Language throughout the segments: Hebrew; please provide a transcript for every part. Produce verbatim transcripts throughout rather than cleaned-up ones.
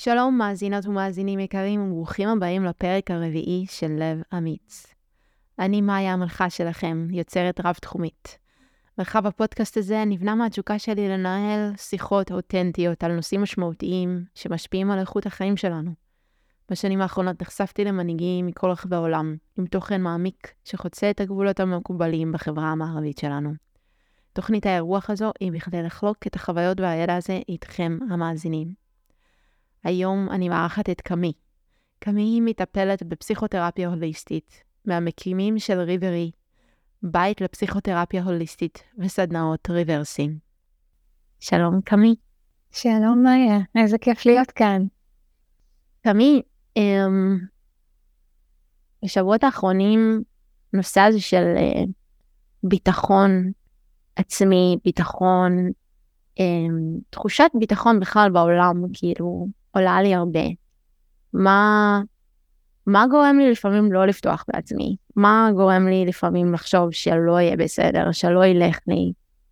שלום מאזינות ומאזינים יקרים וברוכים הבאים לפרק הרביעי של לב אמיץ. אני מאיה המלכה שלכם, יוצרת רב-תחומית. מרחב הפודקאסט הזה נבנה מהתשוקה שלי לנהל שיחות אותנטיות על נושאים משמעותיים שמשפיעים על איכות החיים שלנו. בשנים האחרונות נחשפתי למנהיגים מכל רחבי העולם, עם תוכן מעמיק שחוצה את הגבולות המקובלים בחברה המערבית שלנו. תוכנית האירוח הזו היא בכדי לחלוק את החוויות והידע הזה איתכם המאזינים. היום אני מארחת את קמי. קמי היא מטפלת בפסיכותרפיה הוליסטית, מהמקימים של ריברי, בית לפסיכותרפיה הוליסטית וסדנאות ריברסים. שלום קמי. שלום מאיה, איזה כיף להיות כאן. קמי, אמ, בשבועות האחרונים נושא הזה של אה, ביטחון עצמי, ביטחון, אמ, תחושת ביטחון בכלל בעולם, כאילו, עולה לי הרבה. מה, מה גורם לי לפעמים לא לפתוח בעצמי? מה גורם לי לפעמים לחשוב שלא יהיה בסדר, שלא ילך לי?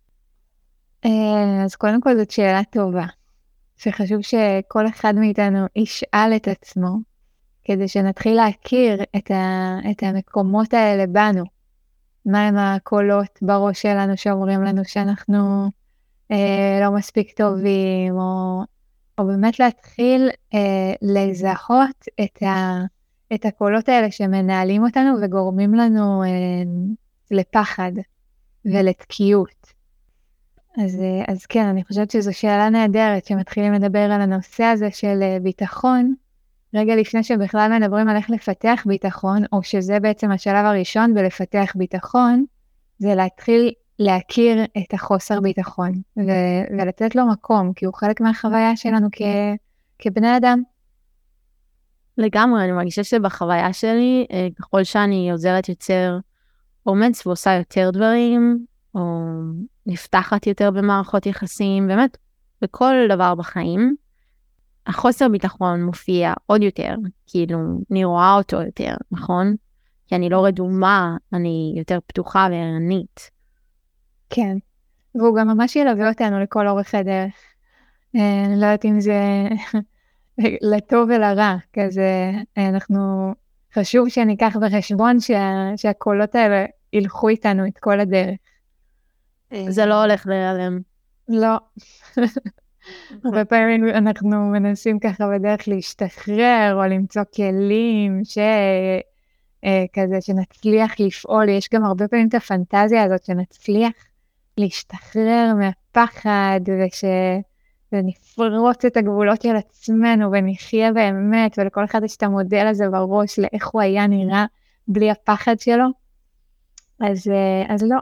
אז קודם כל זאת שאלה טובה, שחשוב שכל אחד מאיתנו ישאל את עצמו, כדי שנתחיל להכיר את, ה, את המקומות האלה בנו. מהם הקולות בראש שלנו שאומרים לנו שאנחנו אה, לא מספיק טובים, או... או באמת להתחיל אה, לזהות את, ה, את הקולות האלה שמנהלים אותנו וגורמים לנו אה, לפחד ולתקיעות. אז, אה, אז כן, אני חושבת שזו שאלה נהדרת שמתחילים לדבר על הנושא הזה של אה, ביטחון, רגע לפני שבכלל מדברים על איך לפתח ביטחון, או שזה בעצם השלב הראשון בלפתח ביטחון, זה להתחיל להכיר את החוסר ביטחון, ו- ולתת לו מקום, כי הוא חלק מהחוויה שלנו כ- כבני אדם. לגמרי, אני מרגישה שבחוויה שלי, ככל שאני עוזרת יותר אומץ ועושה יותר דברים, או נפתחת יותר במערכות יחסים, באמת, בכל דבר בחיים, החוסר ביטחון מופיע עוד יותר, כאילו, אני רואה אותו יותר, נכון? כי אני לא רדומה, אני יותר פתוחה וערנית. כן, והוא גם ממש ילווה אותנו לכל אורך הדרך. אני לא יודעת אם זה לטוב ולרע, כזה אנחנו, חשוב שניקח בחשבון שה, שהקולות האלה ילכו איתנו את כל הדרך. זה לא הולך להיעלם. לא. הרבה פעמים אנחנו מנסים ככה בדרך להשתחרר, או למצוא כלים ש... כזה שנצליח לפעול. יש גם הרבה פעמים את הפנטזיה הזאת שנצליח להשתחרר מהפחד, וש... ונפרוץ את הגבולות של עצמנו, ונחיה באמת, ולכל אחד יש את המודל הזה בראש, לאיך הוא היה נראה בלי הפחד שלו. אז, אז לא.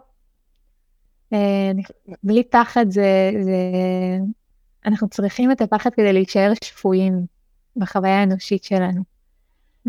בלי פחד זה, זה... אנחנו צריכים את הפחד כדי להישאר שפויים בחוויה האנושית שלנו. Mm.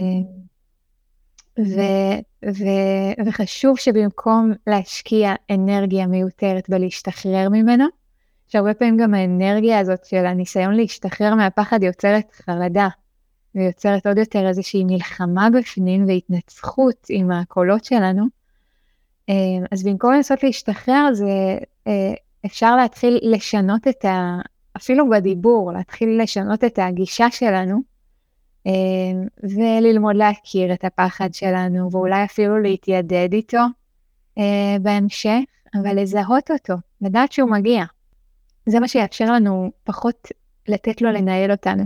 ו- ו- וחשוב שבמקום להשקיע אנרגיה מיותרת ולהשתחרר ממנו, שהרבה פעמים גם האנרגיה הזאת של הניסיון להשתחרר מהפחד יוצרת חרדה, ויוצרת עוד יותר איזושהי מלחמה בפנים והתנצחות עם הקולות שלנו. אז במקום לנסות להשתחרר, זה אפשר להתחיל לשנות את ה... אפילו בדיבור, להתחיל לשנות את הגישה שלנו, וללמוד להכיר את הפחד שלנו, ואולי אפילו להתיידד איתו בהמשך, אבל לזהות אותו, לדעת שהוא מגיע. זה מה שיאפשר לנו פחות לתת לו לנהל אותנו.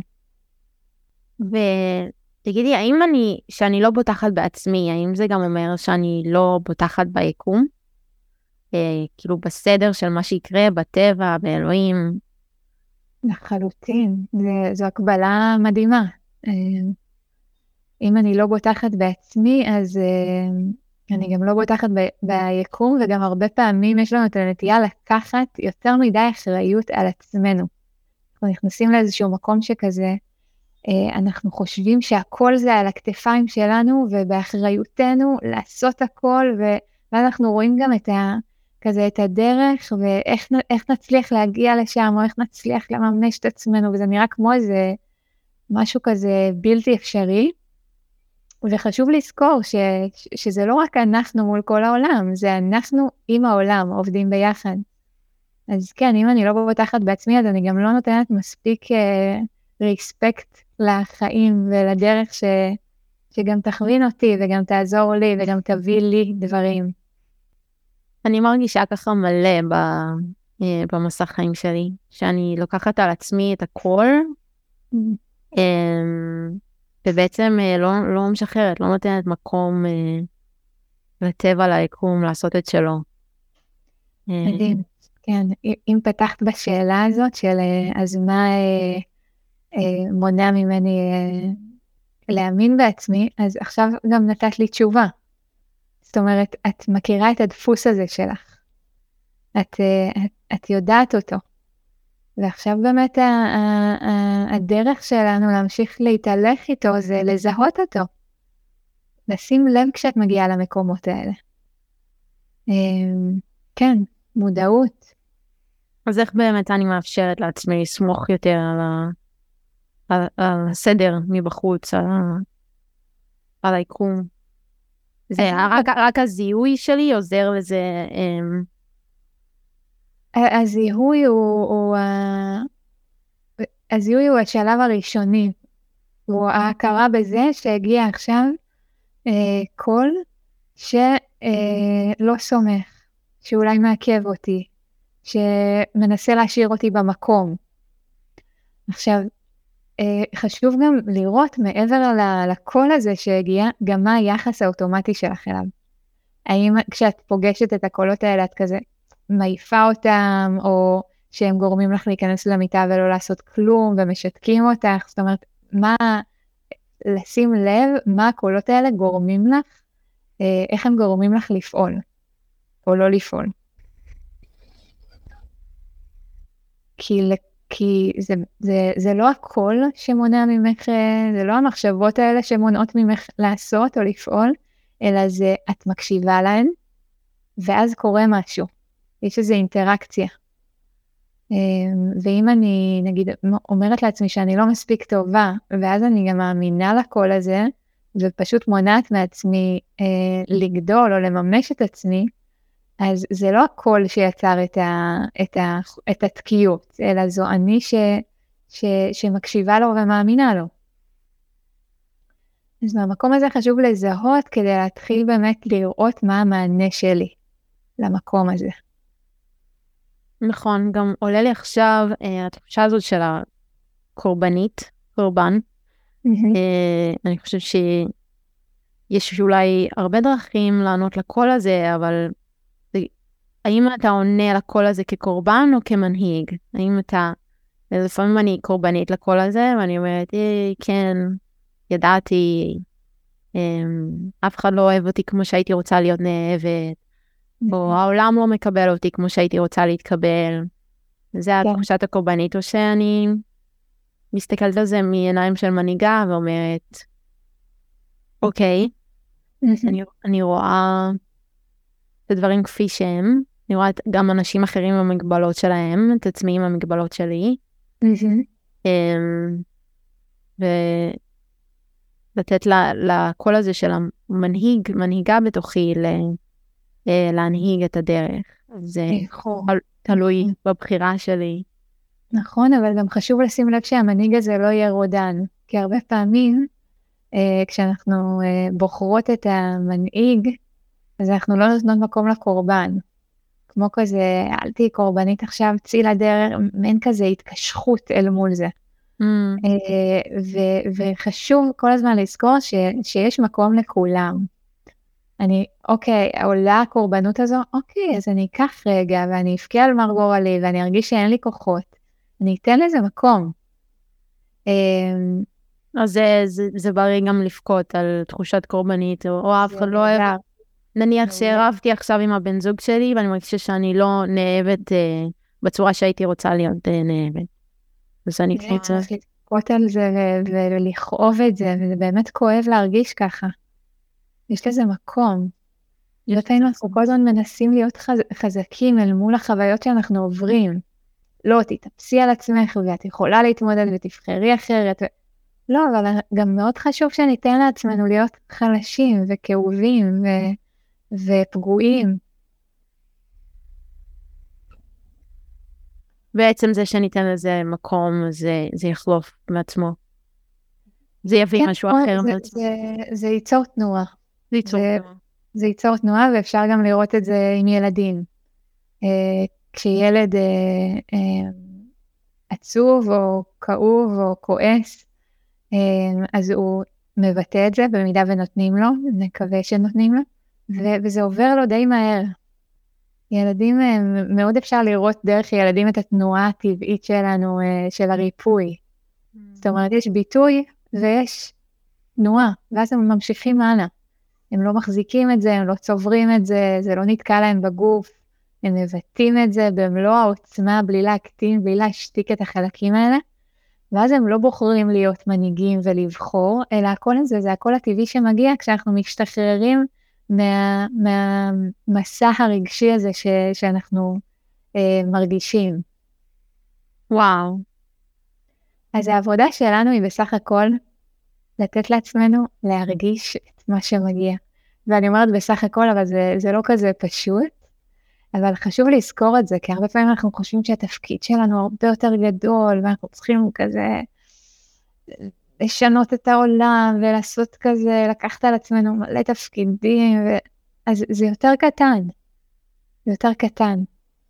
ותגידי, האם אני, שאני לא בוטחת בעצמי, האם זה גם אומר שאני לא בוטחת ביקום? אה, כאילו בסדר של מה שיקרה, בטבע, באלוהים? לחלוטין, זו הקבלה מדהימה. אם אני לא בוטחת בעצמי, אז אני גם לא בוטחת ב- ביקום, וגם הרבה פעמים יש לנו את הנטייה לקחת יותר מדי אחריות על עצמנו. אנחנו נכנסים לאיזשהו מקום שכזה, אנחנו חושבים שהכל זה על הכתפיים שלנו, ובאחריותנו לעשות הכל, ואז אנחנו רואים גם את ה... כזה את הדרך, ואיך נצליח להגיע לשם, או איך נצליח לממש את עצמנו, וזה נראה כמו איזה משהו כזה בלתי אפשרי, וחשוב לזכור ש, שזה לא רק אנחנו מול כל העולם, זה אנחנו עם העולם עובדים ביחד. אז כן, אם אני לא בוטחת בעצמי, אז אני גם לא נותנת מספיק אה, ריספקט לחיים ולדרך ש, שגם תכווין אותי וגם תעזור לי וגם תביא לי דברים. אני מרגישה ככה מלא ב, אה, במסע חיים שלי, שאני לוקחת על עצמי את הכל, אה, ובעצם אה, לא, לא משחררת, לא נותנת מקום אה, לטבע, ליקום, לעשות את שלו. אה, מדהים. כן, אם פתחת בשאלה הזאת של אה, אז מה אה, אה, מונע ממני אה, להאמין בעצמי, אז עכשיו גם נתת לי תשובה. זאת אומרת, את מכירה את הדפוס הזה שלך. את, אה, את, את יודעת אותו. ועכשיו באמת ה, ה, ה, הדרך שלנו להמשיך להתהלך איתו זה לזהות אותו. לשים לב כשאת מגיעה למקומות האלה. אה, כן, מודעות. אז איך באמת אני מאפשרת לעצמי לסמוך יותר על, ה... על, על הסדר מבחוץ, על, ה... על היקום? זה רק, רק הזיהוי שלי עוזר לזה. אמ... הזיהוי הוא, הוא, הזיהוי הוא השלב הראשוני. הוא ההכרה בזה שהגיע עכשיו אה, קול שלא סומך, שאולי מעכב אותי, שמנסה להשאיר אותי במקום. עכשיו, אה, חשוב גם לראות מעבר לקול הזה שהגיע, גם מה היחס האוטומטי שלך אליו. האם כשאת פוגשת את הקולות האלה, את כזה מעיפה אותם, או שהם גורמים לך להיכנס למיטה ולא לעשות כלום, ומשתקים אותך, זאת אומרת, מה, לשים לב מה הקולות האלה גורמים לך, אה, איך הם גורמים לך לפעול, או לא לפעול. כי, כי זה, זה, זה לא הקול שמונע ממך, זה לא המחשבות האלה שמונעות ממך לעשות או לפעול, אלא זה את מקשיבה להן, ואז קורה משהו. יש איזו אינטראקציה. ואם אני, נגיד, אומרת לעצמי שאני לא מספיק טובה, ואז אני גם מאמינה לקול הזה, ופשוט מונעת מעצמי אה, לגדול או לממש את עצמי, אז זה לא הקול שיצר את, ה, את, ה, את התקיעות, אלא זו אני ש, ש, שמקשיבה לו ומאמינה לו. אז מהמקום הזה חשוב לזהות כדי להתחיל באמת לראות מה המענה שלי למקום הזה. נכון, גם עולה לי עכשיו אה, התחושה הזאת של הקורבנית, קורבן. Mm-hmm. אה, אני חושבת שיש אולי הרבה דרכים לענות לקול הזה, אבל האם אתה עונה לקול הזה כקורבן או כמנהיג? האם אתה, לפעמים אני קורבנית לקול הזה, ואני אומרת, אה, כן, ידעתי, אה, אף אחד לא אוהב אותי כמו שהייתי רוצה להיות נאהבת, או העולם לא מקבל אותי כמו שהייתי רוצה להתקבל. זה התחושת הקורבנית, או שאני מסתכלת על זה מעיניים של מנהיגה ואומרת, אוקיי, אני, אני רואה את הדברים כפי שהם, אני רואה גם אנשים אחרים עם המגבלות שלהם, את עצמי עם המגבלות שלי, ולתת לקול הזה של המנהיג, מנהיגה בתוכי, להנהיג את הדרך. זה תלוי בבחירה שלי. נכון, אבל גם חשוב לשים לב שהמנהיג הזה לא יהיה רודן, כי הרבה פעמים אה, כשאנחנו אה, בוחרות את המנהיג, אז אנחנו לא נותנות מקום לקורבן. כמו כזה, אל תהי קורבנית עכשיו, צאי לדרך, אין כזה התקשחות אל מול זה. Mm. אה, ו- וחשוב כל הזמן לזכור ש- שיש מקום לכולם. אני, אוקיי, עולה הקורבנות הזו, אוקיי, אז אני אקח רגע, ואני אפקיע על מר גורלי, ואני ארגיש שאין לי כוחות. אני אתן לזה מקום. אז זה, זה, זה בריא גם לפקוט על תחושת קורבנית, או אף אחד לא אוהב. נניח שהרבתי עכשיו עם הבן זוג שלי, ואני מרגישה שאני לא נאהבת אה, בצורה שהייתי רוצה להיות אה, נאהבת. אז אני רוצה... צריך לפקוט על זה ולכאוב את זה, וזה באמת כואב להרגיש ככה. יש לזה מקום. לפעמים אנחנו כל הזמן מנסים להיות חז... חזקים אל מול החוויות שאנחנו עוברים. לא, תתאפסי על עצמך, ואת יכולה להתמודד ותבחרי אחרת. ו... לא, אבל גם מאוד חשוב שניתן לעצמנו להיות חלשים וכאובים ו... ופגועים. בעצם זה שניתן לזה מקום, זה, זה יחלוף מעצמו. זה יביא כן, משהו נכון, אחר זה, מעצמו. זה, זה ייצור תנועה. זה ייצור זה, תנועה. זה ייצור תנועה, ואפשר גם לראות את זה עם ילדים. אה, כשילד אה, אה, עצוב או כאוב או כועס, אה, אז הוא מבטא את זה במידה ונותנים לו, נקווה שנותנים לו, ו- וזה עובר לו די מהר. ילדים, אה, מאוד אפשר לראות דרך ילדים את התנועה הטבעית שלנו, אה, של הריפוי. זאת אומרת, יש ביטוי ויש תנועה, ואז הם ממשיכים הלאה. הם לא מחזיקים את זה, הם לא צוברים את זה, זה לא נתקע להם בגוף, הם מבטאים את זה במלוא העוצמה, בלי להקטין, בלי להשתיק את החלקים האלה, ואז הם לא בוחרים להיות מנהיגים ולבחור, אלא הכל הזה, זה הכל הטבעי שמגיע כשאנחנו משתחררים מה, מהמסע הרגשי הזה ש, שאנחנו אה, מרגישים. וואו. אז העבודה שלנו היא בסך הכל לתת לעצמנו להרגיש את מה שמגיע. ואני אומרת בסך הכל, אבל זה, זה לא כזה פשוט, אבל חשוב לזכור את זה, כי הרבה פעמים אנחנו חושבים שהתפקיד שלנו הרבה יותר גדול, ואנחנו צריכים כזה לשנות את העולם, ולעשות כזה, לקחת על עצמנו מלא תפקידים, ו... אז זה יותר קטן, זה יותר קטן.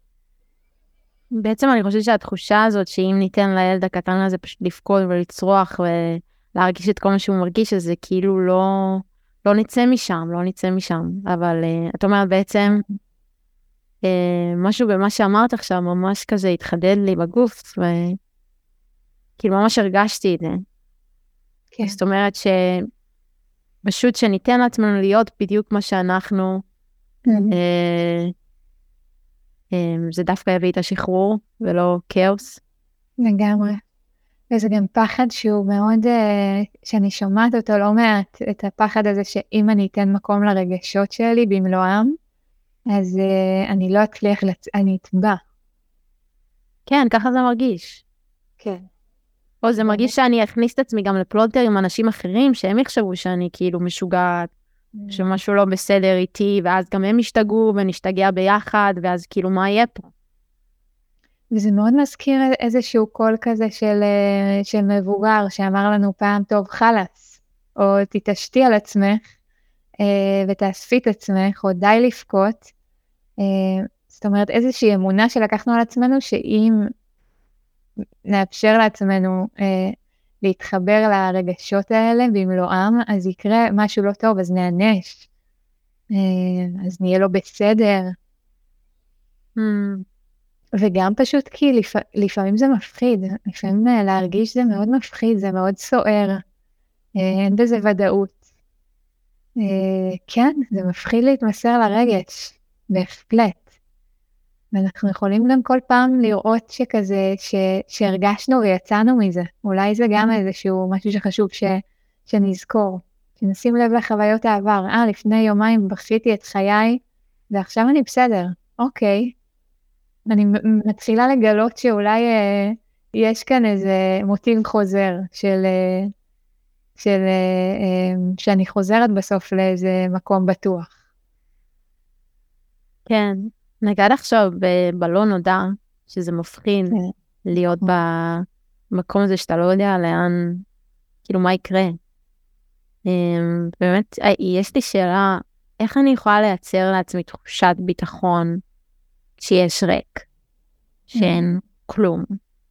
בעצם אני חושבת שהתחושה הזאת, שאם ניתן לילד הקטן הזה פשוט לפקוד ולצרוח ולהרגיש את כל מה שהוא מרגיש, אז זה כאילו לא, לא נצא משם, לא נצא משם. אבל uh, את אומרת בעצם, uh, משהו במה שאמרת עכשיו, ממש כזה התחדד לי בגוף, וכאילו ממש הרגשתי את זה. כן. זאת אומרת שפשוט שניתן לעצמנו להיות בדיוק מה שאנחנו, Mm-hmm. uh, זה דווקא יביא את השחרור, ולא כאוס. לגמרי. וזה גם פחד שהוא מאוד, שאני שומעת אותו לא מעט, את הפחד הזה שאם אני אתן מקום לרגשות שלי במלואם, אז אני לא אצליח, לצ... אני אטבע. כן, ככה זה מרגיש. כן. או זה מרגיש שאני אכניס את עצמי גם לפלונטר עם אנשים אחרים, שהם יחשבו שאני כאילו משוגעת, שמשהו לא בסדר איתי, ואז גם הם ישתגעו ונשתגע ביחד, ואז כאילו מה יהיה פה? וזה מאוד מזכיר איזשהו קול כזה של, של מבוגר, שאמר לנו פעם, טוב, חלס, או תתעשתי על עצמך, ותאספי את עצמך, או די לפקות. זאת אומרת, איזושהי אמונה שלקחנו על עצמנו, שאם נאפשר לעצמנו להתחבר לרגשות האלה במלואם, אז יקרה משהו לא טוב, אז נענש, אז נהיה לו בסדר. Hmm. וגם פשוט כי לפ... לפעמים זה מפחיד, לפעמים להרגיש זה מאוד מפחיד, זה מאוד סוער, אין בזה ודאות. כן, זה מפחיד להתמסר לרגש, בהחלט. ואנחנו יכולים גם כל פעם לראות שכזה, ש... שהרגשנו ויצאנו מזה. אולי זה גם איזשהו משהו שחשוב ש... שנזכור, שנשים לב לחוויות העבר. אה, לפני יומיים בכיתי את חיי, ועכשיו אני בסדר, אוקיי. אני מתחילה לגלות שאולי אה, יש כאן איזה מוטיב חוזר של, אה, של, אה, אה, שאני חוזרת בסוף לאיזה מקום בטוח. כן, נגד עכשיו בלא נודע, שזה מפחיד כן. להיות במקום הזה שאתה לא יודע לאן, כאילו מה יקרה. באמת, יש לי שאלה, איך אני יכולה לייצר לעצמי תחושת ביטחון כשיש ריק, שאין כלום?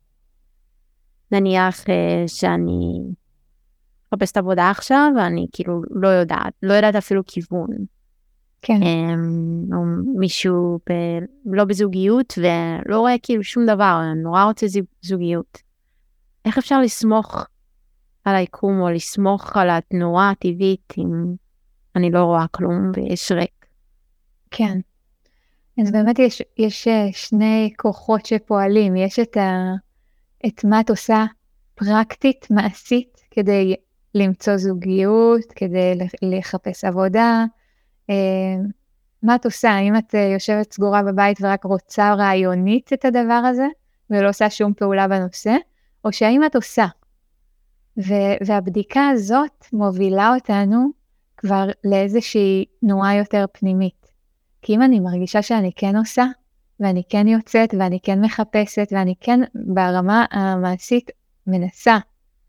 נניח שאני מחפשת עבודה עכשיו, ואני כאילו לא יודעת, לא יודעת אפילו כיוון. כן. או מישהו ב, לא בזוגיות, ולא רואה כאילו שום דבר, אני נורא רוצה זוגיות. איך אפשר לסמוך על היקום, או לסמוך על התנועה הטבעית, אם אני לא רואה כלום ויש ריק? כן. אז באמת יש, יש שני כוחות שפועלים. יש את, ה, את מה את עושה פרקטית, מעשית, כדי למצוא זוגיות, כדי לחפש עבודה. מה את עושה? האם את יושבת סגורה בבית ורק רוצה רעיונית את הדבר הזה, ולא עושה שום פעולה בנושא? או שהאם את עושה? ו- והבדיקה הזאת מובילה אותנו כבר לאיזושהי תנועה יותר פנימית. כי אם אני מרגישה שאני כן עושה, ואני כן יוצאת, ואני כן מחפשת, ואני כן ברמה המעשית מנסה.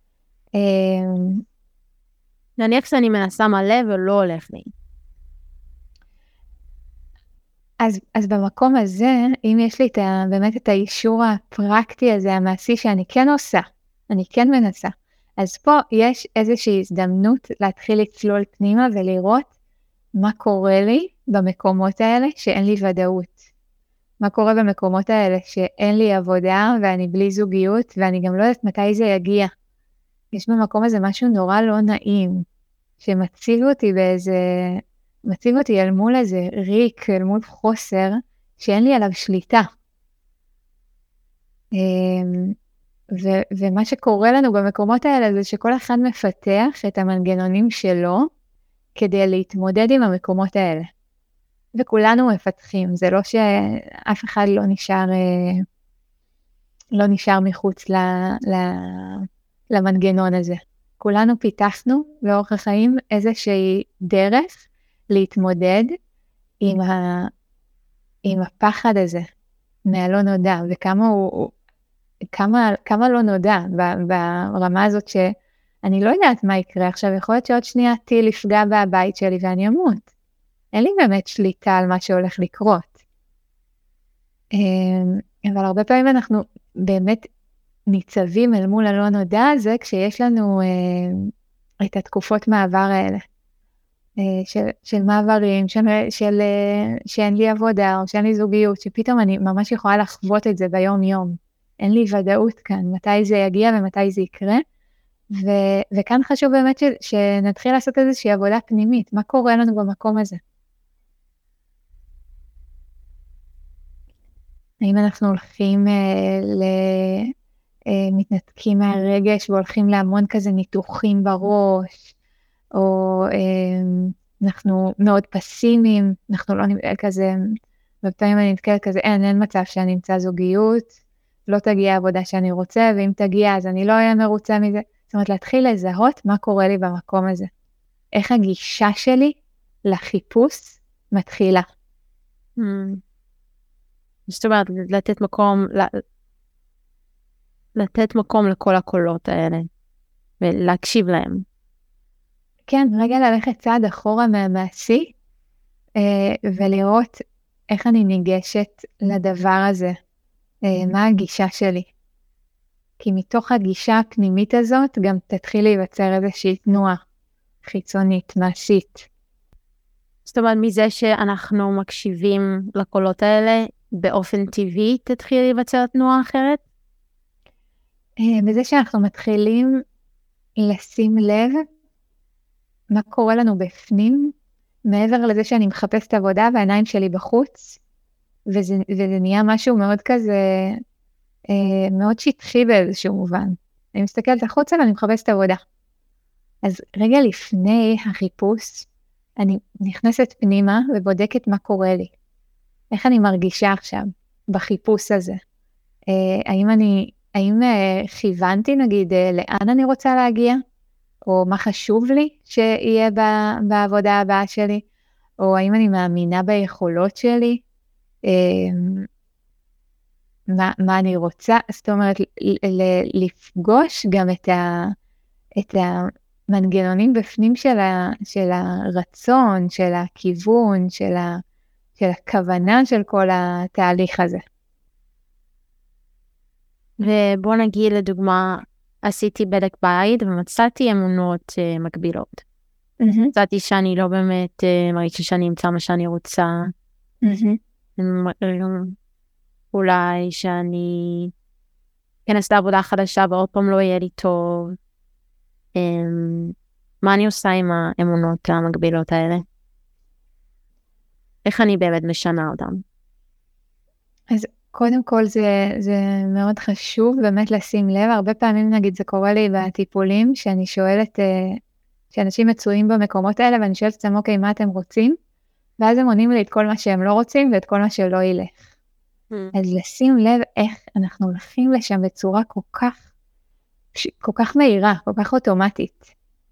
נניח שאני מנסה מלא ולא הולך לי. אז, אז במקום הזה, אם יש לי את ה, באמת את האישור הפרקטי הזה, המעשי שאני כן עושה, אני כן מנסה, אז פה יש איזושהי הזדמנות להתחיל לצלול פנימה ולראות מה קורה לי במקומות האלה שאין לי ודאות. מה קורה במקומות האלה שאין לי עבודה ואני בלי זוגיות ואני גם לא יודעת מתי זה יגיע. יש במקום הזה משהו נורא לא נעים, שמציב אותי באיזה, מציב אותי אל מול איזה ריק, אל מול חוסר, שאין לי עליו שליטה. ו- ומה שקורה לנו במקומות האלה זה שכל אחד מפתח את המנגנונים שלו, כדי להתמודד עם המקומות האלה. וכולנו מפתחים, זה לא שאף אחד לא נשאר, לא נשאר מחוץ ל, ל, למנגנון הזה. כולנו פיתחנו לאורך החיים איזושהי דרך להתמודד עם, ה, עם הפחד הזה מהלא נודע, וכמה הוא, כמה, כמה לא נודע ברמה הזאת שאני לא יודעת מה יקרה עכשיו, יכול להיות שעוד שנייה טיל יפגע בבית שלי ואני אמות. אין לי באמת שליטה על מה שהולך לקרות. אבל הרבה פעמים אנחנו באמת ניצבים אל מול הלא נודע הזה, כשיש לנו אה, את התקופות מעבר האלה, אה, של, של מעברים, של, של, אה, שאין לי עבודה או שאין לי זוגיות, שפתאום אני ממש יכולה לחוות את זה ביום יום. אין לי ודאות כאן, מתי זה יגיע ומתי זה יקרה, ו, וכאן חשוב באמת ש, שנתחיל לעשות איזושהי עבודה פנימית, מה קורה לנו במקום הזה? האם אנחנו הולכים אה, ל... מתנתקים מהרגש והולכים להמון כזה ניתוחים בראש, או אנחנו מאוד פסימיים, אנחנו לא נמצא כזה, בפעמים אני נתקלת כזה, אין, אין מצב שאני אמצא זוגיות, לא תגיע העבודה שאני רוצה, ואם תגיע אז אני לא אהיה מרוצה מזה. זאת אומרת, להתחיל לזהות מה קורה לי במקום הזה. איך הגישה שלי לחיפוש מתחילה. זאת אומרת, לתת מקום, לתת מקום לכל הקולות האלה, ולהקשיב להם. כן, רגע ללכת צעד אחורה מהמעשי, ולראות איך אני ניגשת לדבר הזה, מה הגישה שלי. כי מתוך הגישה הפנימית הזאת, גם תתחיל להיווצר איזושהי תנועה חיצונית, מעשית. זאת אומרת, מזה שאנחנו מקשיבים לקולות האלה, באופן טבעי תתחיל להיווצר תנועה אחרת? בזה שאנחנו מתחילים לשים לב מה קורה לנו בפנים, מעבר לזה שאני מחפשת עבודה והעיניים שלי בחוץ, וזה, וזה נהיה משהו מאוד כזה, מאוד שטחי באיזשהו מובן. אני מסתכלת החוצה ואני מחפשת עבודה. אז רגע לפני החיפוש, אני נכנסת פנימה ובודקת מה קורה לי. איך אני מרגישה עכשיו בחיפוש הזה? האם אני, האם כיוונתי נגיד לאן אני רוצה להגיע? או מה חשוב לי שיהיה בעבודה הבאה שלי? או האם אני מאמינה ביכולות שלי? מה, מה אני רוצה? זאת אומרת, לפגוש גם את ה, את המנגנונים בפנים של, ה, של הרצון, של הכיוון, של, ה, של הכוונה של כל התהליך הזה. ובוא נגיד לדוגמה, עשיתי בדק בית ומצאתי אמונות uh, מקבילות. Mm-hmm. מצאתי שאני לא באמת uh, מרגישה שאני אמצא מה שאני רוצה. Mm-hmm. אולי שאני אכנס לעבודה חדשה ועוד פעם לא יהיה לי טוב. Um, מה אני עושה עם האמונות המקבילות האלה? איך אני באמת משנה אותם? אז קודם כל זה, זה מאוד חשוב באמת לשים לב, הרבה פעמים נגיד זה קורה לי בטיפולים, שאני שואלת, שאנשים מצויים במקומות האלה, ואני שואלת אתם, אוקיי, מה אתם רוצים? ואז הם עונים לי את כל מה שהם לא רוצים, ואת כל מה שלא ילך. Mm. אז לשים לב איך אנחנו הולכים לשם בצורה כל כך, כל כך מהירה, כל כך אוטומטית.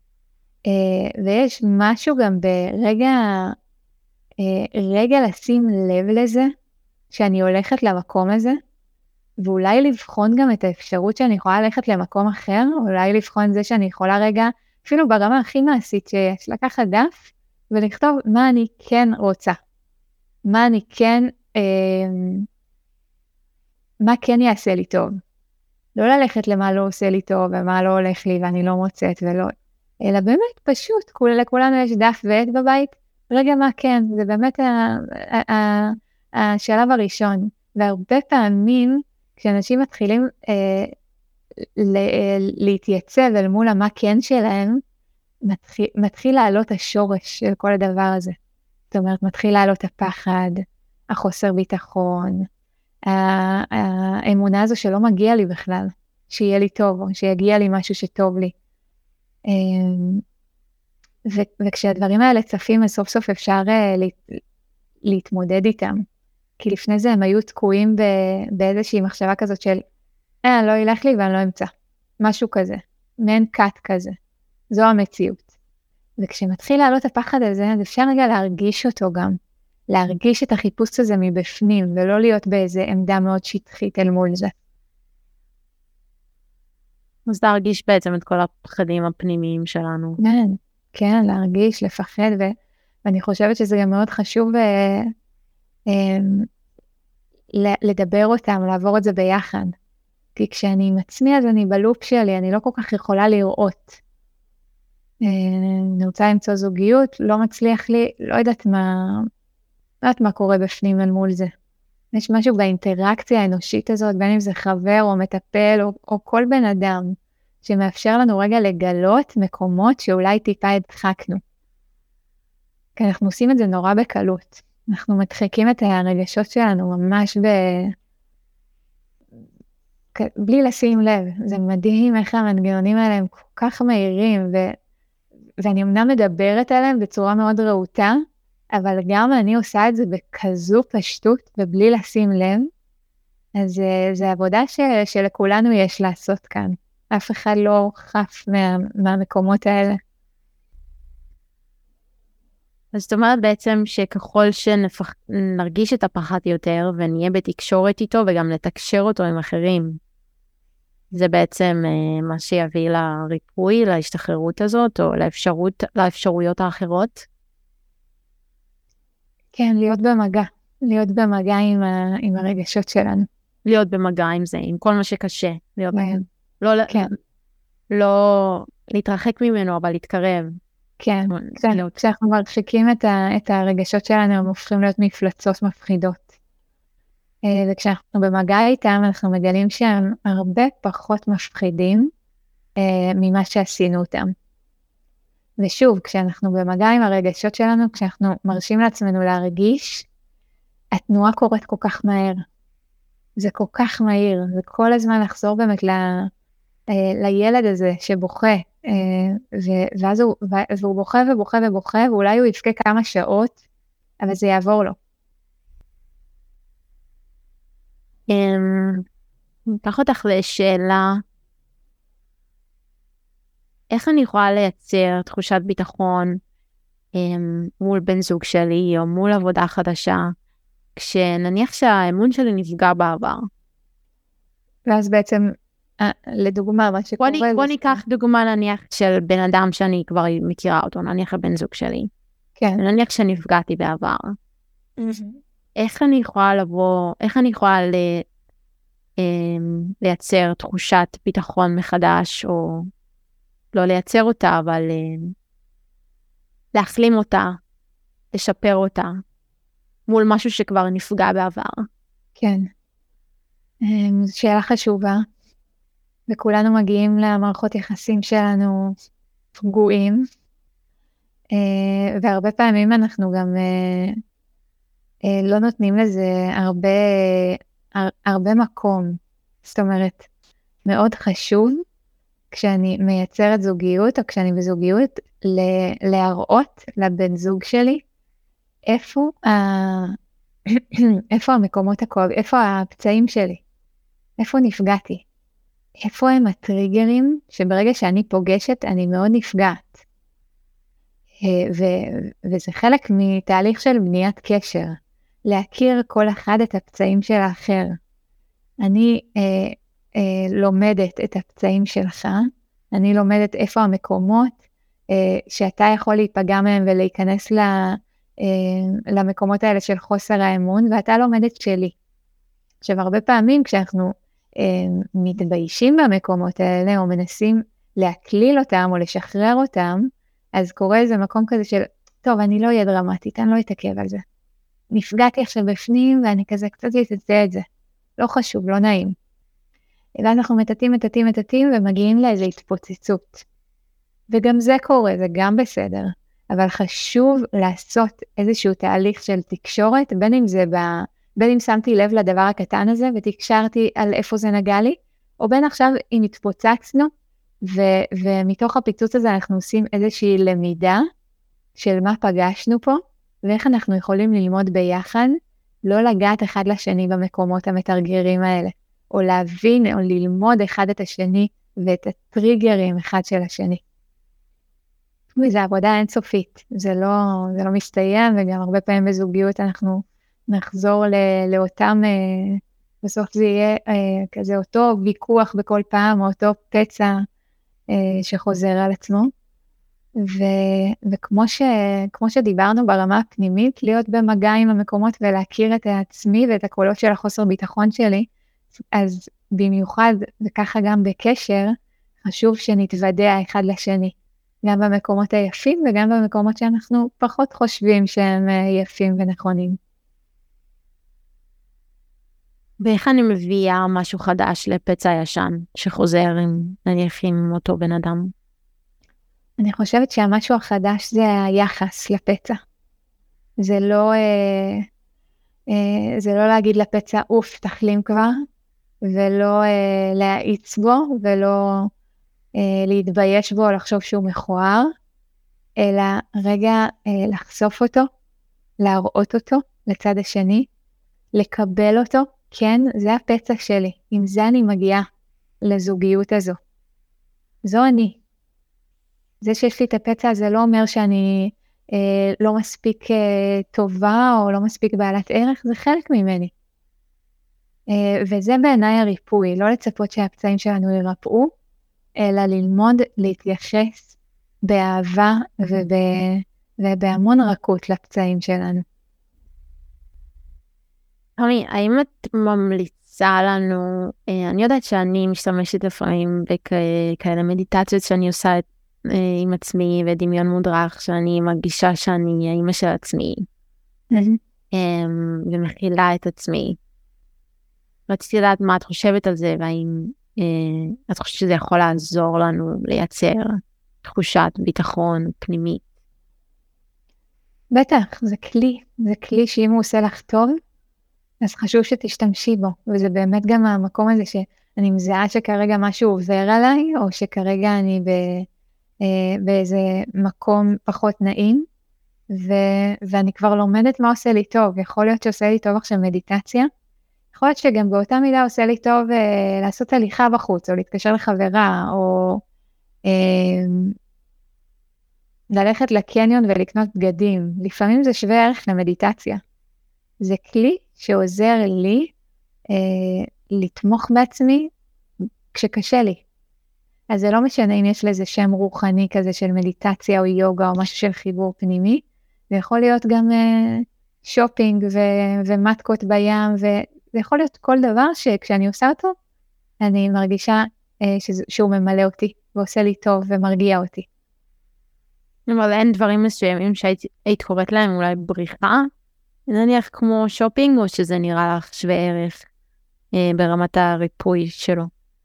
ויש משהו גם ברגע, רגע לשים לב לזה, שאני הולכת למקום הזה, ואולי לבחון גם את האפשרות שאני יכולה ללכת למקום אחר, אולי לבחון זה שאני יכולה רגע, אפילו ברמה הכי מעשית שיש, לקחת דף ולכתוב מה אני כן רוצה, מה אני כן, אה, מה כן יעשה לי טוב. לא ללכת למה לא עושה לי טוב ומה לא הולך לי ואני לא מוצאת ולא, אלא באמת פשוט, כול, לכולנו יש דף ועט בבית, רגע מה כן, זה באמת ה, ה, ה, השלב הראשון, והרבה פעמים כשאנשים מתחילים אה, ל, אה, להתייצב אל מול המה כן שלהם, מתחיל, מתחיל לעלות השורש של כל הדבר הזה. זאת אומרת, מתחיל לעלות הפחד, החוסר ביטחון, האמונה הזו שלא מגיע לי בכלל, שיהיה לי טוב, או שיגיע לי משהו שטוב לי. ו- וכשהדברים האלה צפים, אז סוף סוף אפשר uh, להתמודד איתם. כי לפני זה הם היו תקועים ב- באיזושהי מחשבה כזאת של, אה, לא ילך לי ואני לא אמצא. משהו כזה, מעין קאט כזה. זו המציאות. וכשמתחיל לעלות הפחד הזה, אז אפשר רגע להרגיש אותו גם. להרגיש את החיפוש הזה מבפנים, ולא להיות באיזה עמדה מאוד שטחית אל מול זה. אז להרגיש בעצם את כל הפחדים הפנימיים שלנו. כן, כן, להרגיש, לפחד, ו... ואני חושבת שזה גם מאוד חשוב אה, אה, לדבר אותם, לעבור את זה ביחד. כי כשאני עם עצמי, אז אני בלופ שלי, אני לא כל כך יכולה לראות. אה, אני רוצה למצוא זוגיות, לא מצליח לי, לא יודעת מה... לא יודעת מה קורה בפנים אל מול זה. יש משהו באינטראקציה האנושית הזאת, בין אם זה חבר או מטפל או, או כל בן אדם, שמאפשר לנו רגע לגלות מקומות שאולי טיפה הדחקנו. כי אנחנו עושים את זה נורא בקלות. אנחנו מדחקים את הרגשות שלנו ממש ב... בלי לשים לב. זה מדהים איך המנגנונים האלה הם כל כך מהירים, ו... ואני אמנם מדברת עליהם בצורה מאוד רהוטה, אבל גם אני עושה את זה בכזו פשטות ובלי לשים לב, אז זו עבודה ש, שלכולנו יש לעשות כאן. אף אחד לא חף מה, מהמקומות האלה. אז זאת אומרת בעצם שככל שנרגיש את הפחד יותר ונהיה בתקשורת איתו וגם לתקשר אותו עם אחרים, זה בעצם מה שיביא לריפוי, להשתחררות הזאת או לאפשרות, לאפשרויות האחרות? כן, להיות במגע, להיות במגע עם, ה, עם הרגשות שלנו. להיות במגע עם זה, עם כל מה שקשה. להיות כן. לא, כן. לא להתרחק ממנו, אבל להתקרב. כן, להיות... כשאנחנו מרחיקים את, ה, את הרגשות שלנו, הם הופכים להיות מפלצות מפחידות. וכשאנחנו במגע איתם, אנחנו מגלים שהם הרבה פחות מפחידים ממה שעשינו אותם. ושוב, כשאנחנו במגע עם הרגשות שלנו, כשאנחנו מרשים לעצמנו להרגיש, התנועה קורית כל כך מהר. זה כל כך מהיר, וכל הזמן לחזור באמת ל, לילד הזה שבוכה, ואז הוא, והוא בוכה ובוכה ובוכה, ואולי הוא יבכה כמה שעות, אבל זה יעבור לו. ניקח אותך לשאלה, איך אני יכולה לייצר תחושת ביטחון מול בן זוג שלי או מול עבודה חדשה, כשנניח שהאמון שלי נפגע בעבר? ואז בעצם, לדוגמה, מה שקורה... בוא, בוא ניקח דוגמה נניח של בן אדם שאני כבר מכירה אותו, נניח הבן זוג שלי. כן. נניח שנפגעתי בעבר. Mm-hmm. איך אני יכולה לבוא, איך אני יכולה ל, לייצר תחושת ביטחון מחדש, או לא לייצר אותה, אבל להחלים אותה, לשפר אותה, מול משהו שכבר נפגע בעבר? כן. זו שאלה חשובה, וכולנו מגיעים למערכות יחסים שלנו פגועים, והרבה פעמים אנחנו גם לא נותנים לזה הרבה, הרבה מקום. זאת אומרת, מאוד חשוב כשאני מייצרת זוגיות, או כשאני בזוגיות, להראות לבן זוג שלי איפה, איפה המקומות הכואב, איפה הפצעים שלי, איפה נפגעתי, איפה הם הטריגרים שברגע שאני פוגשת אני מאוד נפגעת. ו- וזה חלק מתהליך של בניית קשר, להכיר כל אחד את הפצעים של האחר. אני אה, אה, לומדת את הפצעים שלך, אני לומדת איפה המקומות אה, שאתה יכול להיפגע מהם ולהיכנס ל, אה, למקומות האלה של חוסר האמון, ואתה לומדת שלי. עכשיו, הרבה פעמים כשאנחנו אה, מתביישים במקומות האלה, או מנסים להקליל אותם או לשחרר אותם, אז קורה איזה מקום כזה של, טוב, אני לא אהיה דרמטית, אני לא אתעכב על זה. נפגעתי עכשיו בפנים ואני כזה קצת אתעצה את זה. לא חשוב, לא נעים. ואז אנחנו מטטים, מטטים, מטטים ומגיעים לאיזו התפוצצות. וגם זה קורה, זה גם בסדר. אבל חשוב לעשות איזשהו תהליך של תקשורת, בין אם זה ב... בין אם שמתי לב לדבר הקטן הזה ותקשרתי על איפה זה נגע לי, או בין עכשיו אם התפוצצנו, ו... ומתוך הפיצוץ הזה אנחנו עושים איזושהי למידה של מה פגשנו פה, ואיך אנחנו יכולים ללמוד ביחד, לא לגעת אחד לשני במקומות המתרגרים האלה, או להבין או ללמוד אחד את השני ואת הטריגרים אחד של השני. וזו עבודה אינסופית, זה לא, זה לא מסתיים, וגם הרבה פעמים בזוגיות אנחנו נחזור ל- לאותם, אה, בסוף זה יהיה אה, כזה אותו ויכוח בכל פעם, או אותו פצע אה, שחוזר על עצמו. ו- וכמו ש- כמו שדיברנו ברמה הפנימית, להיות במגע עם המקומות ולהכיר את עצמי ואת הקולות של החוסר ביטחון שלי, אז במיוחד, וככה גם בקשר, חשוב שנתוודע אחד לשני, גם במקומות היפים וגם במקומות שאנחנו פחות חושבים שהם יפים ונכונים. ואיך אני מביאה משהו חדש לפצע ישן, שחוזר עם, נניח עם אותו בן אדם? אני חושבת שהמשהו החדש זה היחס לפצע. זה לא, אה, אה, זה לא להגיד לפצע, אוף, תחלים כבר, ולא אה, להאיץ בו, ולא אה, להתבייש בו, או לחשוב שהוא מכוער, אלא רגע אה, לחשוף אותו, להראות אותו לצד השני, לקבל אותו, כן, זה הפצע שלי, עם זה אני מגיעה לזוגיות הזו. זו אני. זה שיש לי את הפצע הזה לא אומר שאני אה, לא מספיק אה, טובה, או לא מספיק בעלת ערך, זה חלק ממני. אה, וזה בעיניי הריפוי, לא לצפות שהפצעים שלנו ירפאו, אלא ללמוד להתייחס באהבה וב... ובהמון רכות לפצעים שלנו. תמי, האם את ממליצה לנו, אה, אני יודעת שאני משתמשת לפעמים בכאלה מדיטציות שאני עושה אה, עם עצמי, ודמיון מודרך, שאני מרגישה שאני האמא של עצמי, אה, ומכילה את עצמי. רציתי לדעת מה את חושבת על זה, והאם אה, את חושבת שזה יכול לעזור לנו לייצר תחושת ביטחון פנימי. בטח, זה כלי, זה כלי שאם הוא עושה לך טוב, אז חשוב שתשתמשי בו, וזה באמת גם המקום הזה שאני מזהה שכרגע משהו עובר עליי, או שכרגע אני ב, אה, באיזה מקום פחות נעים, ו, ואני כבר לומדת מה עושה לי טוב. יכול להיות שעושה לי טוב עכשיו מדיטציה, יכול להיות שגם באותה מידה עושה לי טוב אה, לעשות הליכה בחוץ, או להתקשר לחברה, או אה, ללכת לקניון ולקנות בגדים. לפעמים זה שווה ערך למדיטציה. זה כלי שעוזר לי אה, לתמוך בעצמי כשקשה לי. אז זה לא משנה אם יש לזה שם רוחני כזה של מדיטציה או יוגה או משהו של חיבור פנימי, זה יכול להיות גם אה, שופינג ו- ומטקות בים, וזה יכול להיות כל דבר שכשאני עושה אותו, אני מרגישה אה, שזה, שהוא ממלא אותי ועושה לי טוב ומרגיע אותי. אבל אין דברים מסוימים שהיית קוראת להם אולי בריחה? נניח כמו שופינג, או שזה נראה לך שווה ערך אה, ברמת הריפוי שלו?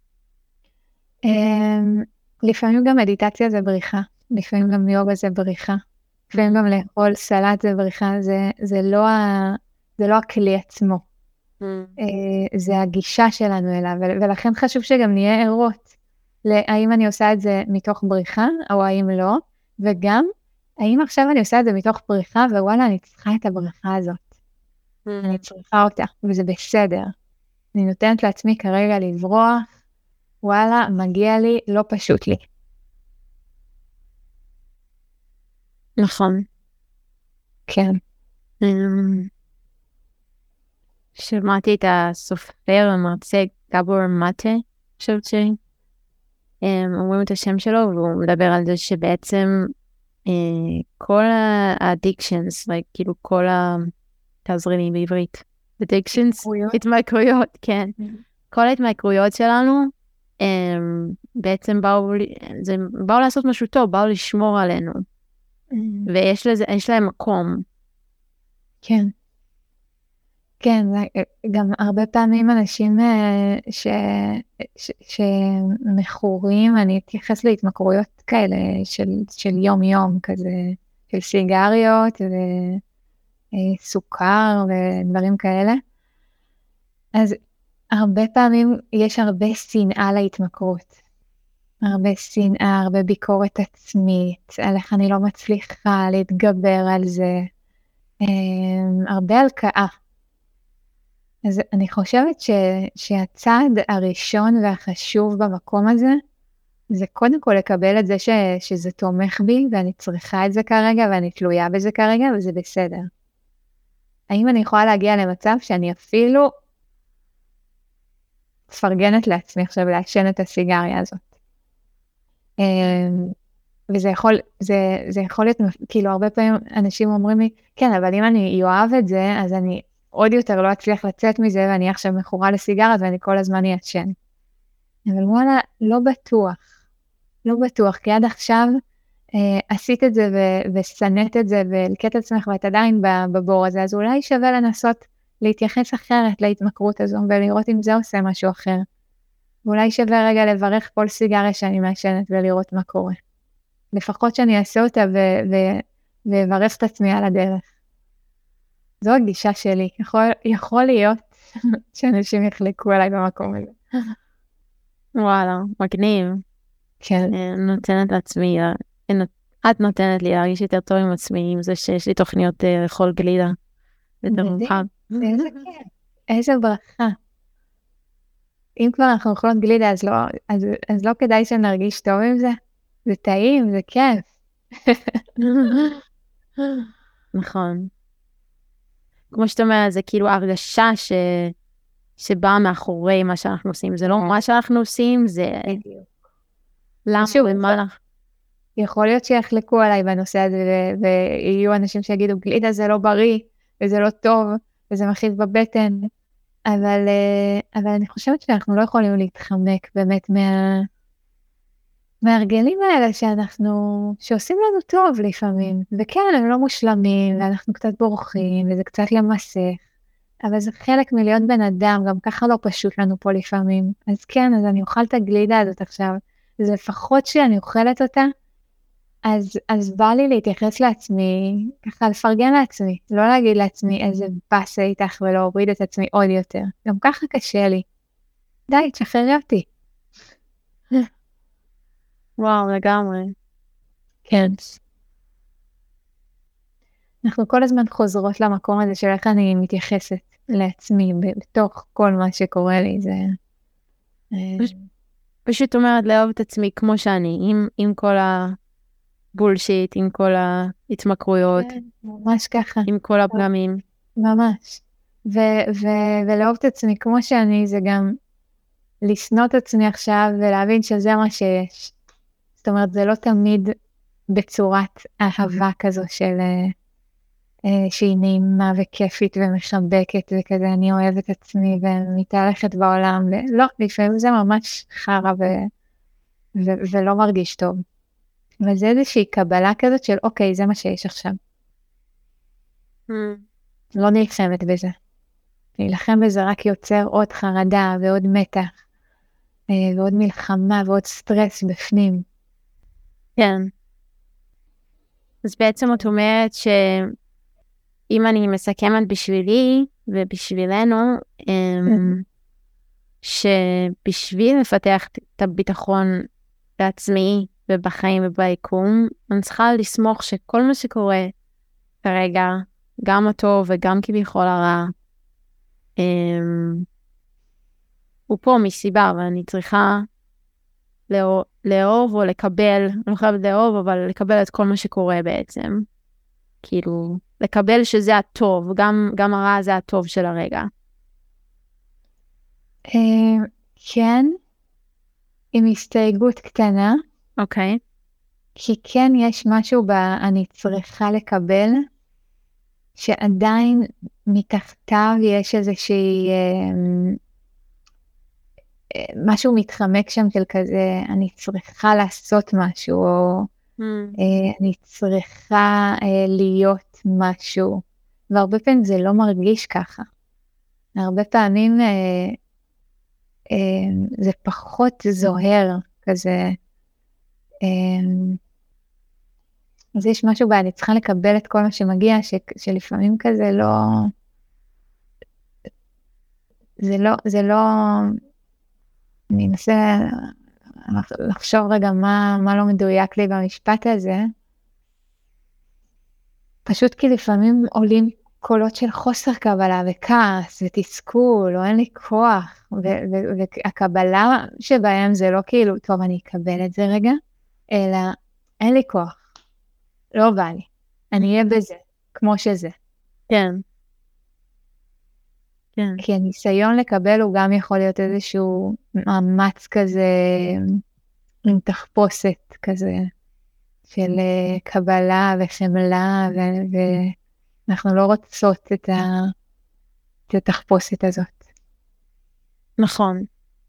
אה, לפעמים גם מדיטציה זה בריחה, לפעמים גם יוגה זה בריחה, לפעמים גם לאכול סלט זה בריחה, זה, זה, לא, ה, זה לא הכלי עצמו, mm. אה, זה הגישה שלנו אליו, ולכן חשוב שגם נהיה ערות, האם אני עושה את זה מתוך בריחה, או האם לא, וגם האם עכשיו אני עושה את זה מתוך בריחה, ווואלה אני צריכה את הבריחה הזאת. אני צריכה אותה, וזה בסדר. אני נותנת לעצמי כרגע לברוח, וואלה, מגיע לי, לא פשוט לי. נכון. כן. שמעתי את הסופר, המרצה גבור מטה, חושבת ש... אומרים את השם שלו, והוא מדבר על זה שבעצם כל ה-addictions, כאילו כל ה... תעזרי לי בעברית. addictions? התמכרויות, כן. כל ההתמכרויות שלנו, בעצם באו, זה, באו לעשות משהו טוב, באו לשמור עלינו. ויש לזה, יש להם מקום. כן. כן, גם הרבה פעמים אנשים ש, ש, שמכורים, אני אתייחס להתמכרויות כאלה של, של יום יום, כזה, של סיגריות וסוכר ודברים כאלה. אז הרבה פעמים יש הרבה שנאה להתמכרות. הרבה שנאה, הרבה ביקורת עצמית, על איך אני לא מצליחה להתגבר על זה. הרבה הלקאה. אז אני חושבת ש, שהצעד הראשון והחשוב במקום הזה, זה קודם כל לקבל את זה ש, שזה תומך בי, ואני צריכה את זה כרגע, ואני תלויה בזה כרגע, וזה בסדר. האם אני יכולה להגיע למצב שאני אפילו תפרגנת לעצמי עכשיו לעשן את הסיגריה הזאת? וזה יכול, זה, זה יכול להיות, כאילו הרבה פעמים אנשים אומרים לי, כן, אבל אם אני אוהב את זה, אז אני עוד יותר לא אצליח לצאת מזה, ואני עכשיו מכורה לסיגרת, ואני כל הזמן אעשן. אבל וואלה, לא בטוח. לא בטוח, כי עד עכשיו אה, עשית את זה ו- וסנית את זה, ולקט עצמך, ואת עדיין בבור הזה, אז אולי שווה לנסות להתייחס אחרת להתמכרות הזו, ולראות אם זה עושה משהו אחר. ואולי שווה רגע לברך כל סיגריה שאני מעשנת, ולראות מה קורה. לפחות שאני אעשה אותה ו- ו- וברך את עצמי על הדרך. זו הגישה שלי. יכול, יכול להיות שאנשים יחלקו עליי במקום הזה. וואלה, מגניב. כן. נותנת לעצמי, את נותנת לי להרגיש יותר טוב עם עצמי, עם זה שיש לי תוכניות לאכול גלידה. מדהים. איזה כיף. איזה ברכה. אם כבר אנחנו אוכלות גלידה, אז לא, אז, אז לא כדאי שנרגיש טוב עם זה. זה טעים, זה כיף. נכון. כמו שאתה אומר, זה כאילו הרגשה ש... שבאה מאחורי מה שאנחנו עושים. זה לא מה שאנחנו עושים, זה... למה ומה אנחנו... יכול להיות שיחלקו עליי בנושא הזה, ויהיו אנשים שיגידו, גלידה זה לא בריא, וזה לא טוב, וזה מכאיב בבטן, אבל, אבל אני חושבת שאנחנו לא יכולים להתחמק באמת מה... מהרגלים האלה שאנחנו, שעושים לנו טוב לפעמים, וכן, הם לא מושלמים, ואנחנו קצת בורחים, וזה קצת למסך, אבל זה חלק מלהיות בן אדם, גם ככה לא פשוט לנו פה לפעמים. אז כן, אז אני אוכל את הגלידה הזאת עכשיו, אז לפחות שאני אוכלת אותה, אז, אז בא לי להתייחס לעצמי, ככה לפרגן לעצמי, לא להגיד לעצמי איזה בסה איתך ולהוריד את עצמי עוד יותר. גם ככה קשה לי. די, תשחררי אותי. וואו, לגמרי. כן. אנחנו כל הזמן חוזרות למקום הזה של איך אני מתייחסת לעצמי בתוך כל מה שקורה לי. זה... פשוט אומרת לאהוב את עצמי כמו שאני, עם, עם כל הבולשיט, עם כל ההתמכרויות. כן, ממש ככה. עם כל הפגמים. ממש. ו- ו- ולאהוב את עצמי כמו שאני, זה גם לשנוא את עצמי עכשיו ולהבין שזה מה שיש. זאת אומרת, זה לא תמיד בצורת אהבה כזו של... שהיא נעימה וכיפית ומחבקת וכזה, אני אוהבת את עצמי ומתהלכת בעולם, ולא, לפעמים זה ממש חרא ו- ו- ולא מרגיש טוב. וזה איזושהי קבלה כזאת של אוקיי, זה מה שיש עכשיו. Mm. לא נלחמת בזה. להילחם בזה רק יוצר עוד חרדה ועוד מתח, ועוד מלחמה ועוד סטרס בפנים. כן. אז בעצם את אומרת ש... אם אני מסכמת בשבילי ובשבילנו, שבשביל לפתח את הביטחון בעצמי ובחיים וביקום, אני צריכה לסמוך שכל מה שקורה כרגע, גם הטוב וגם כביכול הרע, הוא פה מסיבה, ואני צריכה לאהוב או לקבל, אני לא חייבת לאהוב, אבל לקבל את כל מה שקורה בעצם. כאילו... לקבל שזה הטוב, גם, גם הרע זה הטוב של הרגע. אה, כן, עם הסתייגות קטנה, אוקיי. כי כן יש משהו ב... אני צריכה לקבל, שעדיין מתחתיו יש איזושהי... אה, אה, משהו מתחמק שם של כזה, אני צריכה לעשות משהו, או Mm. אה, אני צריכה אה, להיות משהו, והרבה פעמים זה לא מרגיש ככה. הרבה פעמים אה, אה, זה פחות זוהר כזה. אה, אז יש משהו בה, אני צריכה לקבל את כל מה שמגיע, ש, שלפעמים כזה לא, זה לא, זה לא, אני אנסה לחשוב רגע מה, מה לא מדויק לי במשפט הזה. פשוט כי לפעמים עולים קולות של חוסר קבלה וכעס ותסכול, או אין לי כוח, והקבלה שבהם זה לא כאילו, טוב, אני אקבל את זה רגע, אלא אין לי כוח, לא בא לי, אני אהיה בזה, כמו שזה. כן. כן. כי הניסיון לקבל הוא גם יכול להיות איזשהו מאמץ כזה, עם תחפושת כזה, של קבלה וחמלה, ואנחנו לא רוצות את ה... את התחפושת הזאת. נכון.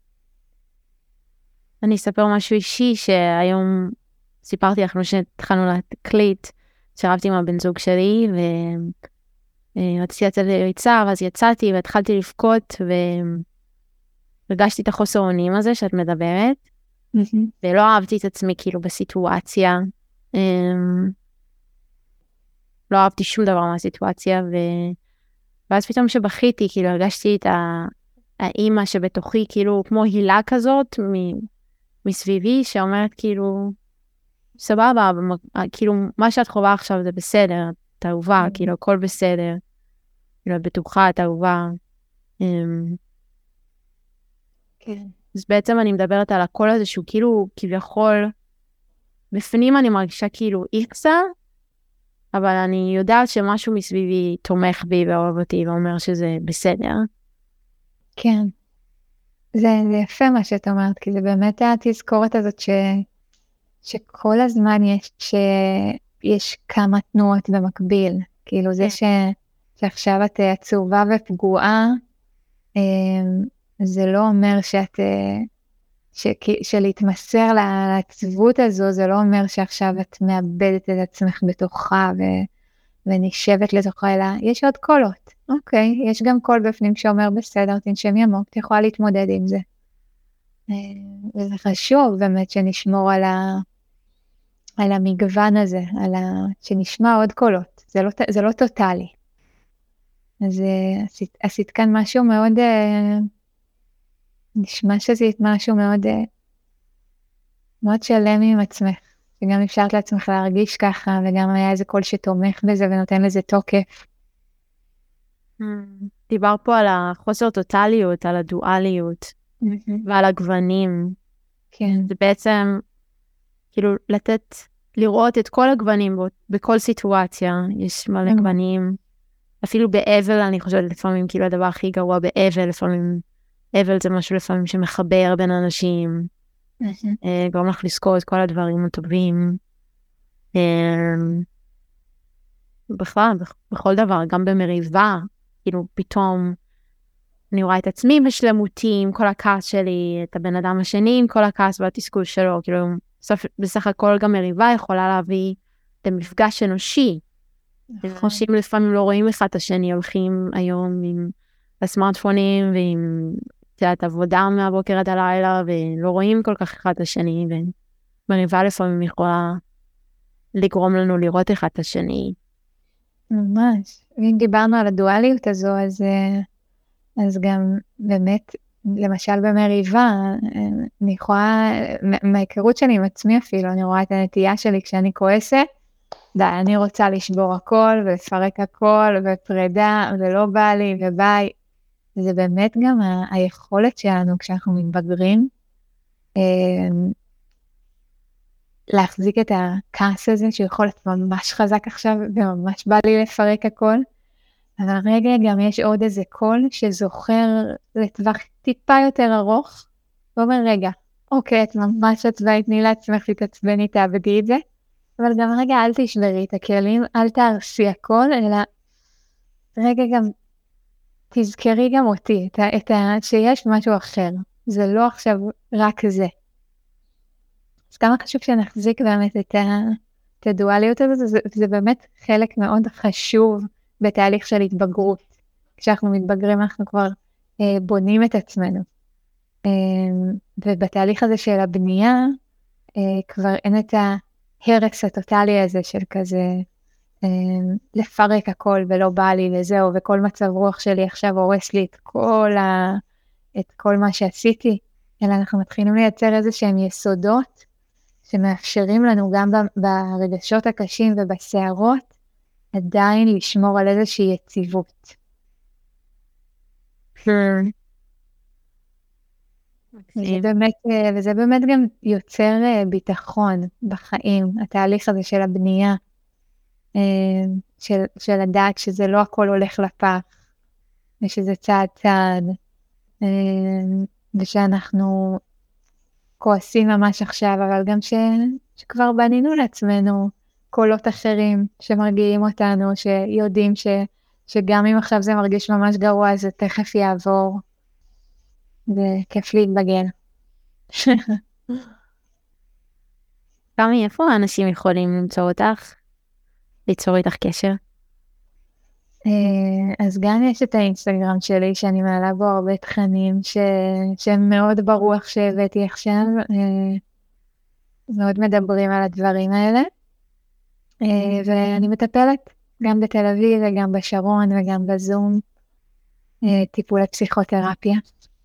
אני אספר משהו אישי שהיום סיפרתי לך שהתחלנו להקליט, שרבתי עם הבן זוג שלי ורציתי לצאת לריצה, ואז יצאתי והתחלתי לבכות והרגשתי את החוסר אונים הזה שאת מדברת, ולא אהבתי את עצמי כאילו בסיטואציה, לא אהבתי שום דבר מהסיטואציה, ו... ואז פתאום שבכיתי כאילו הרגשתי את ה... האימא שבתוכי כאילו כמו הילה כזאת מ... מסביבי שאומרת כאילו סבבה, כאילו מה שאת חווה עכשיו זה בסדר, את אהובה, כאילו הכל בסדר, כאילו את בטוחה, את אהובה. כן. אז בעצם אני מדברת על הקול הזה שהוא כאילו כביכול, בפנים אני מרגישה כאילו איכסה, אבל אני יודעת שמשהו מסביבי תומך בי ואוהב אותי ואומר שזה בסדר. כן. זה, זה יפה מה שאת אומרת, כי זה באמת התזכורת הזאת ש, שכל הזמן יש, שיש כמה תנועות במקביל. כאילו כן. זה ש, שעכשיו את עצובה ופגועה, זה לא אומר שאת, ש, שלהתמסר לעצבות הזו, זה לא אומר שעכשיו את מאבדת את עצמך בתוכה ו, ונשבת לתוכה, אלא יש עוד קולות. אוקיי, יש גם קול בפנים שאומר בסדר, תנשמי עמוק, את יכולה להתמודד עם זה. וזה חשוב באמת שנשמור על, ה, על המגוון הזה, על ה, שנשמע עוד קולות, זה לא, זה לא טוטלי. אז עשית, עשית כאן משהו מאוד, נשמע שעשית משהו מאוד, מאוד שלם עם עצמך, וגם אפשרת לעצמך להרגיש ככה, וגם היה איזה קול שתומך בזה ונותן לזה תוקף. דיבר פה על החוסר טוטליות, על הדואליות, ועל הגוונים. כן. זה בעצם, כאילו, לתת, לראות את כל הגוונים בכל סיטואציה. יש מלא גוונים. אפילו באבל, אני חושבת לפעמים, כאילו, הדבר הכי גרוע באבל, לפעמים, אבל זה משהו לפעמים שמחבר בין אנשים. גורם לך לזכור את כל הדברים הטובים. בכלל, בכל דבר, גם במריבה, כאילו, פתאום, אני רואה את עצמי בשלמותי עם כל הכעס שלי, את הבן אדם השני עם כל הכעס והתסכול שלו, כאילו, בסוף, בסך הכל גם מריבה יכולה להביא את המפגש אנושי. אנשים לפעמים לא רואים אחד את השני, הולכים היום עם הסמארטפונים ועם תיאת עבודה מהבוקר עד הלילה, ולא רואים כל כך אחד את השני, ומריבה לפעמים יכולה לגרום לנו לראות אחד את השני. ממש. ואם דיברנו על הדואליות הזו, אז... אז גם באמת, למשל במריבה, אני יכולה, מההיכרות שלי עם עצמי אפילו, אני רואה את הנטייה שלי כשאני כועסת, די, אני רוצה לשבור הכל ולפרק הכל ופרידה, ולא בא לי וביי. זה באמת גם ה- היכולת שלנו כשאנחנו מתבגרים, להחזיק את הכעס הזה, שיכול להיות ממש חזק עכשיו, וממש בא לי לפרק הכל, אבל רגע גם יש עוד איזה קול שזוכר לטווח טיפה יותר ארוך, ואומר רגע, אוקיי, את ממש עצבנית, תני לעצמך להתעצבני, תעבדי את זה, אבל גם רגע אל תשברי את הכלים, אל תהרסי הכל, אלא רגע גם תזכרי גם אותי, את ה, את ה, שיש משהו אחר, זה לא עכשיו רק זה. אז כמה חשוב שנחזיק באמת את, ה, את הדואליות הזאת, זה, זה באמת חלק מאוד חשוב בתהליך של התבגרות. כשאנחנו מתבגרים אנחנו כבר אה, בונים את עצמנו. אה, ובתהליך הזה של הבנייה, אה, כבר אין את ההרס הטוטלי הזה של כזה, אה, לפרק הכל ולא בא לי לזהו, וכל מצב רוח שלי עכשיו הורס לי את כל, ה, את כל מה שעשיתי, אלא אנחנו מתחילים לייצר איזה שהם יסודות, שמאפשרים לנו גם ברגשות הקשים ובסערות, עדיין לשמור על איזושהי יציבות. וזה באמת, וזה באמת גם יוצר ביטחון בחיים, התהליך הזה של הבנייה, של, של לדעת שזה לא הכל הולך לפח, ושזה צעד צעד, ושאנחנו כועסים ממש עכשיו, אבל גם ש, שכבר בנינו לעצמנו קולות אחרים שמרגיעים אותנו, שיודעים ש, שגם אם עכשיו זה מרגיש ממש גרוע, זה תכף יעבור. זה כיף להתבגר. תמי, איפה האנשים יכולים למצוא אותך? ליצור איתך קשר? אז גם יש את האינסטגרם שלי, שאני מעלה בו הרבה תכנים, ש... שהם מאוד ברוח שהבאתי עכשיו, מאוד מדברים על הדברים האלה, ואני מטפלת גם בתל אביב וגם בשרון וגם בזום, טיפולי פסיכותרפיה,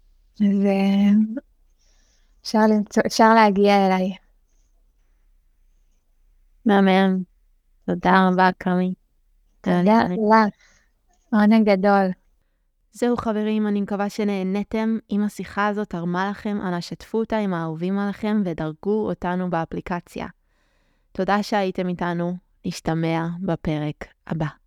ואפשר למצוא, אפשר להגיע אליי. מהמם. תודה רבה, קמי. תודה לך. עונג גדול. זהו חברים, אני מקווה שנהנתם. אם השיחה הזאת תרמה לכם, אנא שתפו אותה עם האהובים עליכם ודרגו אותנו באפליקציה. תודה שהייתם איתנו, נשתמע בפרק הבא.